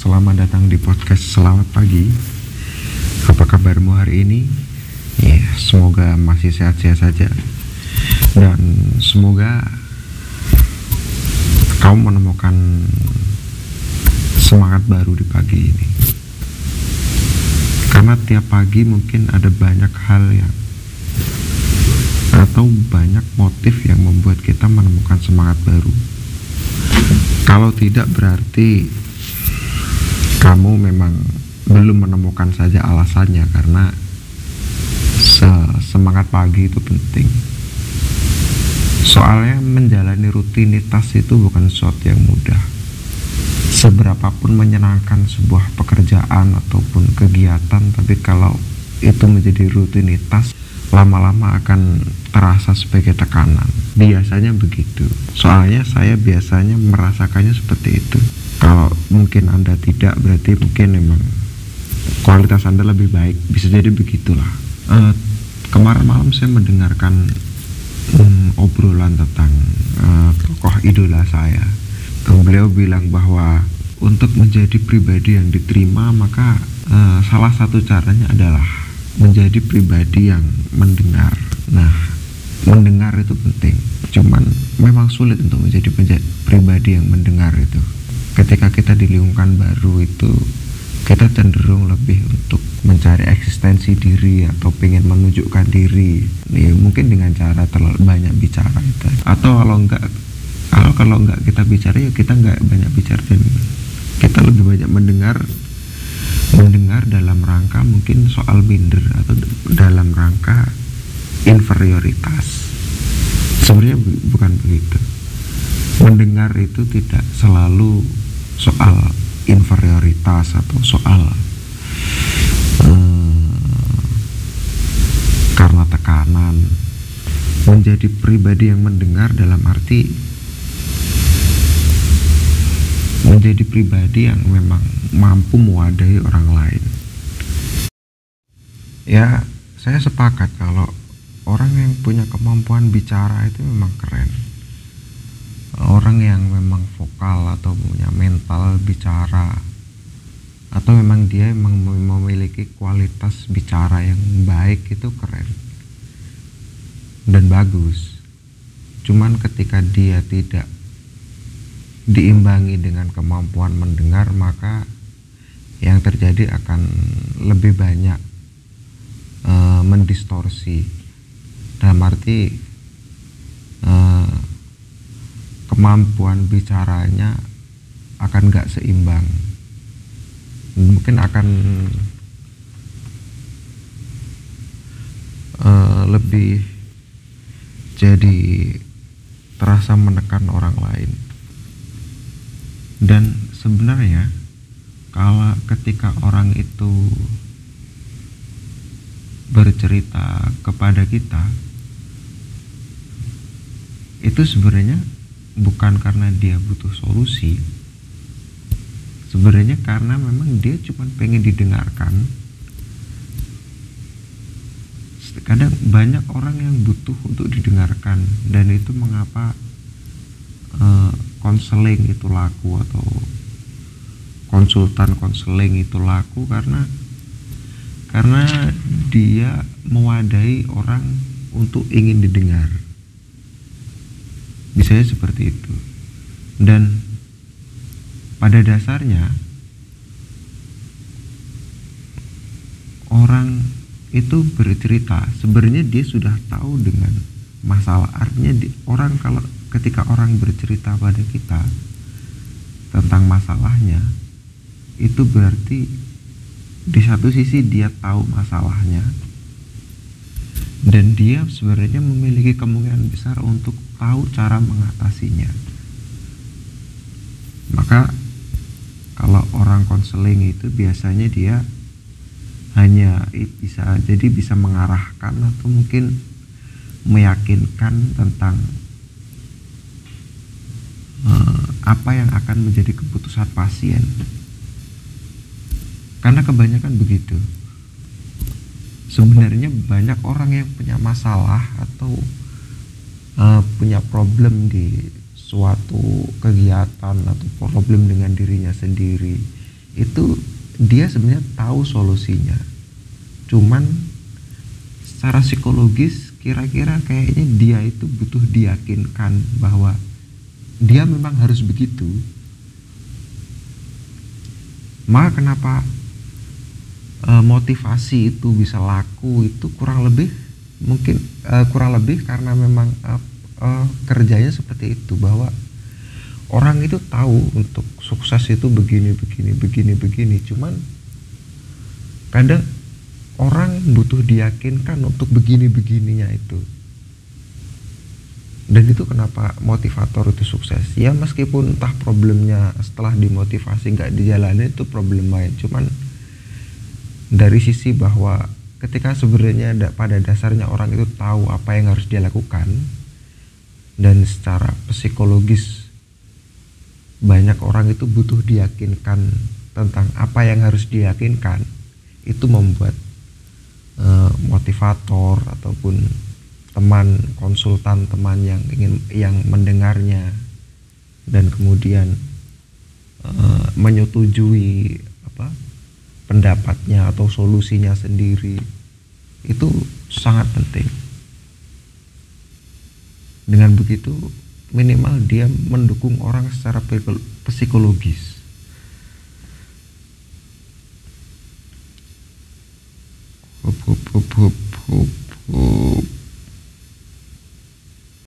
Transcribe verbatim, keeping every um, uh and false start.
selamat datang di podcast Selamat Pagi. Apa kabarmu hari ini? Ya, semoga masih sehat-sehat saja. Dan semoga kamu menemukan semangat baru di pagi ini. Karena tiap pagi mungkin ada banyak hal yang atau banyak motif yang membuat kita menemukan semangat baru. Kalau tidak, berarti kamu memang belum menemukan saja alasannya, karena semangat pagi itu penting. Soalnya menjalani rutinitas itu bukan sesuatu yang mudah. Seberapapun menyenangkan sebuah pekerjaan ataupun kegiatan, tapi kalau itu menjadi rutinitas, lama-lama akan terasa sebagai tekanan. Biasanya begitu. Soalnya saya biasanya merasakannya seperti itu. Kalau mungkin Anda tidak, berarti mungkin memang kualitas Anda lebih baik. Bisa jadi begitulah. Uh, kemarin malam saya mendengarkan um, obrolan tentang uh, tokoh idola saya. Uh, beliau bilang bahwa untuk menjadi pribadi yang diterima, maka uh, salah satu caranya adalah menjadi pribadi yang mendengar. Nah, mendengar itu penting. Cuman memang sulit untuk menjadi pribadi yang mendengar itu. Ketika kita di lingkungan baru itu, kita cenderung lebih untuk mencari eksistensi diri atau pengen menunjukkan diri. Ya, mungkin dengan cara terlalu banyak bicara itu. Atau kalau enggak, kalau kalau enggak kita bicara, ya kita enggak banyak bicara dan kita lebih banyak mendengar. Mendengar dalam rangka mungkin soal minder atau dalam rangka inferioritas. Sebenarnya bu- bukan begitu. Mendengar itu tidak selalu soal inferioritas atau soal uh, karena tekanan. Menjadi pribadi yang mendengar dalam arti menjadi pribadi yang memang mampu mewadahi orang lain. Ya, saya sepakat kalau orang yang punya kemampuan bicara itu memang keren. Orang yang memang vokal atau punya mental bicara, atau memang dia memang memiliki kualitas bicara yang baik, itu keren dan bagus. Cuman ketika dia tidak diimbangi dengan kemampuan mendengar, maka yang terjadi akan lebih banyak uh, mendistorsi. Dalam arti uh, kemampuan bicaranya akan gak seimbang, mungkin akan uh, lebih jadi terasa menekan orang lain. Dan sebenarnya kalau ketika orang itu bercerita kepada kita, itu sebenarnya bukan karena dia butuh solusi. Sebenarnya karena memang dia cuma pengen didengarkan. Kadang banyak orang yang butuh untuk didengarkan, dan itu mengapa uh, konseling itu laku atau konsultan konseling itu laku, karena karena dia mewadahi orang untuk ingin didengar. Bisa seperti itu. Dan pada dasarnya orang itu bercerita, sebenarnya dia sudah tahu dengan masalah. Artinya di, orang kalau ketika orang bercerita pada kita tentang masalahnya, itu berarti di satu sisi dia tahu masalahnya, dan dia sebenarnya memiliki kemungkinan besar untuk tahu cara mengatasinya. Maka kalau orang konseling itu biasanya dia hanya bisa jadi bisa mengarahkan atau mungkin meyakinkan tentang uh, apa yang akan menjadi keputusan pasien. Karena kebanyakan begitu. Sebenarnya banyak orang yang punya masalah atau uh, punya problem di suatu kegiatan atau problem dengan dirinya sendiri, itu dia sebenarnya tahu solusinya, cuman secara psikologis kira-kira kayaknya dia itu butuh diyakinkan bahwa dia memang harus begitu. Maka kenapa e, motivasi itu bisa laku itu kurang lebih mungkin e, kurang lebih karena memang e, e, kerjanya seperti itu, bahwa orang itu tahu untuk sukses itu begini begini begini begini, cuman kadang orang butuh diyakinkan untuk begini-begininya itu. Dan itu kenapa motivator itu sukses. Ya meskipun entah problemnya setelah dimotivasi nggak dijalani itu problem lain, cuman dari sisi bahwa ketika sebenarnya pada dasarnya orang itu tahu apa yang harus dia lakukan, dan secara psikologis banyak orang itu butuh diyakinkan tentang apa yang harus diyakinkan, itu membuat motivator ataupun teman konsultan, teman yang ingin yang mendengarnya dan kemudian uh, menyetujui apa pendapatnya atau solusinya sendiri, itu sangat penting. Dengan begitu minimal dia mendukung orang secara psikologis. Hup, hup, hup, hup, hup.